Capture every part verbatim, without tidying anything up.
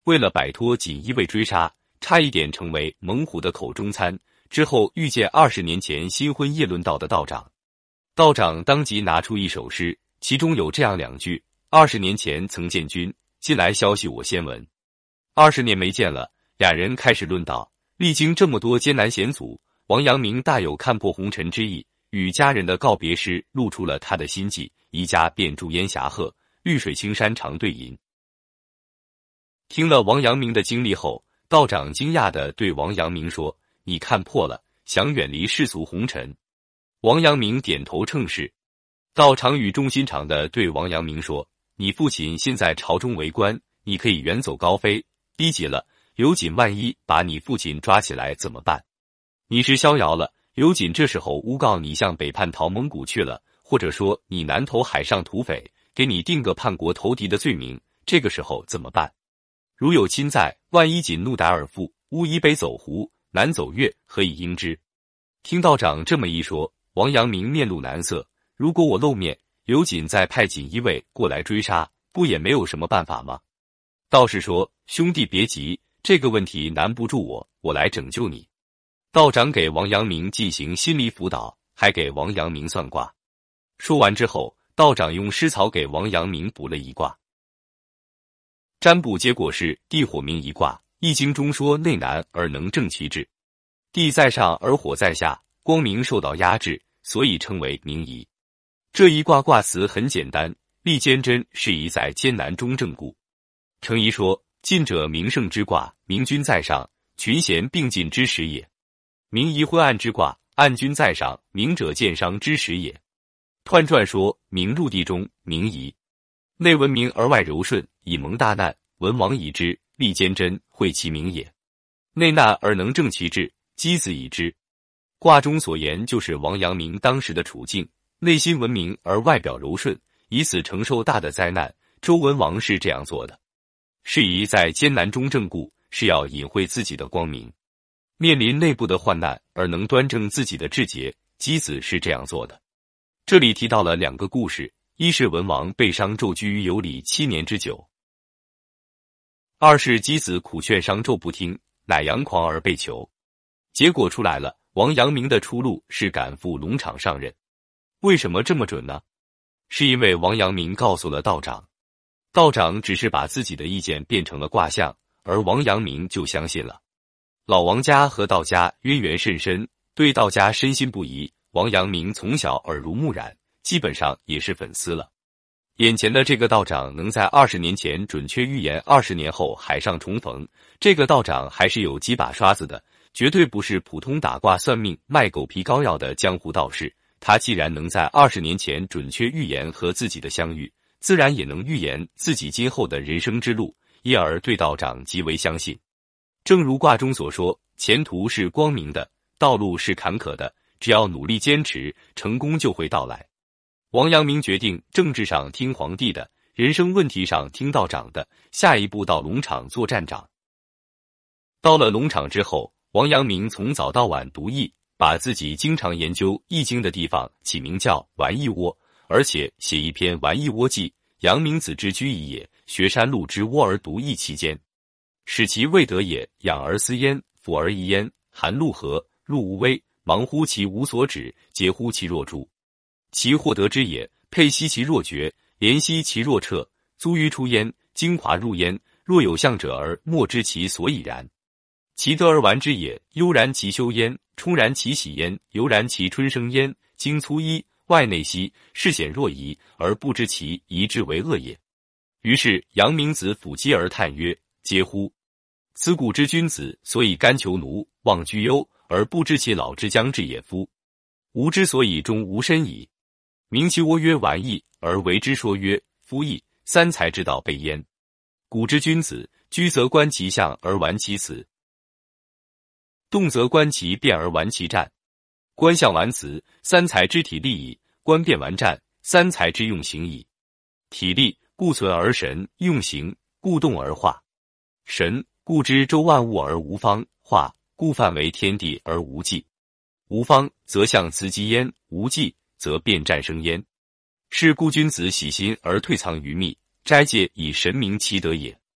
为了摆脱锦衣卫追杀，差一点成为猛虎的口中餐。之后遇见二十年前新婚夜论道的道长，道长当即拿出一首诗，其中有这样两句：二十年前曾见君，近来消息我先闻。二十年没见了，俩人开始论道。历经这么多艰难险阻，王阳明大有看破红尘之意，与家人的告别诗露出了他的心迹。一家便住烟霞鹤，绿水青山常对饮。听了王阳明的经历后，道长惊讶地对王阳明说：你看破了，想远离世俗红尘。王阳明点头称是。道长语重心长地对王阳明说：你父亲现在朝中为官，你可以远走高飞。逼急了，刘瑾万一把你父亲抓起来怎么办？你是逍遥了，刘瑾这时候诬告你向北叛逃蒙古去了，或者说你南投海上土匪，给你定个叛国投敌的罪名，这个时候怎么办？如有亲在，万一瑾怒逮尔父，乌以北走胡，南走越，何以应之？听道长这么一说，王阳明面露难色。如果我露面，刘瑾再派锦衣卫过来追杀，不也没有什么办法吗？道士说：兄弟别急，这个问题难不住我，我来拯救你。道长给王阳明进行心理辅导，还给王阳明算卦。说完之后，道长用湿草给王阳明卜了一卦。占卜结果是地火明一卦，易经中说内难而能正其志，地在上而火在下，光明受到压制，所以称为明夷。这一卦卦辞很简单，立坚贞，是宜在艰难中正固。程颐说：进者明圣之卦，明君在上，群贤并进之时也。明夷昏暗之卦，暗君在上，明者见伤之时也。彖传说：明入地中，明夷。内文明而外柔顺，以蒙大难，文王已之，立坚贞，会其明也。内难而能正其志，箕子已之。卦中所言就是王阳明当时的处境，内心文明而外表柔顺，以此承受大的灾难。周文王是这样做的，是宜在艰难中正固，是要隐晦自己的光明。面临内部的患难而能端正自己的志节，箕子是这样做的。这里提到了两个故事，一是文王被商纣拘于有里七年之久，二是箕子苦劝商纣不听，乃佯狂而被囚。结果出来了，王阳明的出路是赶赴龙场上任。为什么这么准呢？是因为王阳明告诉了道长，道长只是把自己的意见变成了卦象，而王阳明就相信了。老王家和道家渊源甚深，对道家深信不疑，王阳明从小耳濡目染，基本上也是粉丝了。眼前的这个道长能在二十年前准确预言二十年后海上重逢，这个道长还是有几把刷子的，绝对不是普通打卦算命卖狗皮膏药的江湖道士。他既然能在二十年前准确预言和自己的相遇，自然也能预言自己今后的人生之路，因而对道长极为相信。正如卦中所说，前途是光明的，道路是坎坷的，只要努力坚持，成功就会到来。王阳明决定政治上听皇帝的，人生问题上听道长的，下一步到龙场做站长。到了龙场之后，王阳明从早到晚读易，把自己经常研究易经的地方起名叫玩易窝，而且写一篇玩易窝记。阳明子之居矣也，学山路之窝而读易其间，使其未得也，养而思焉，辅而疑焉，含路何，入无危，忙乎其无所止，结乎其若诸。其获得之也，佩悉其若绝，怜惜其若彻，租于出焉，精华入焉，若有象者而莫知其所以然。其得而玩之也，悠然其修焉，充然其喜焉，悠然其春生焉，精粗一，外内息，视显若疑，而不知其疑之为恶也。于是阳明子抚肌而叹曰：嗟乎！此古之君子，所以甘求奴，忘居忧，而不知其老之将至也夫。吾之所以终无身矣。名其窝曰玩易，而为之说曰夫易，三才之道备焉。古之君子，居则观其象而玩其辞，动则观其变而玩其战。观象玩辞，三才之体力矣；观变玩战，三才之用行矣。体力故存而神，用行故动而化。神故知周万物而无方，化故范为天地而无际。无方则象辞极焉，无际则变战生焉。是故君子喜心而退藏于密，斋戒以神明其德也。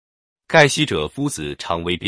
盖昔者夫子常为